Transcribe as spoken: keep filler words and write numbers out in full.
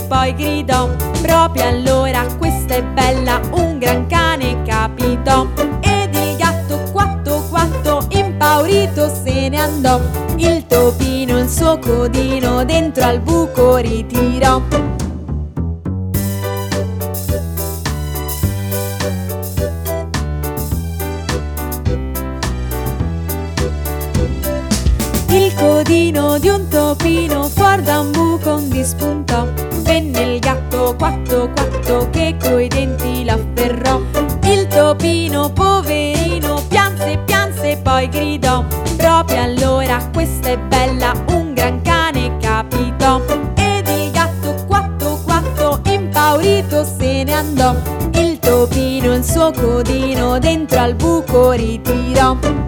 poi gridò. Proprio allora questa è bella, un gran cane capitò. Ed il gatto quatto quatto impaurito se ne andò. Il topino il suo codino dentro al buco ritirò. Il codino di un topino fuor da un buco un dispuntò. Venne il gatto quatto quatto che coi denti l'afferrò. Il topino poverino pianse pianse e poi gridò. Proprio allora questa è bella, un gran cane capitò. Ed il gatto quatto quatto impaurito se ne andò. Il topino il suo codino dentro al buco ritirò.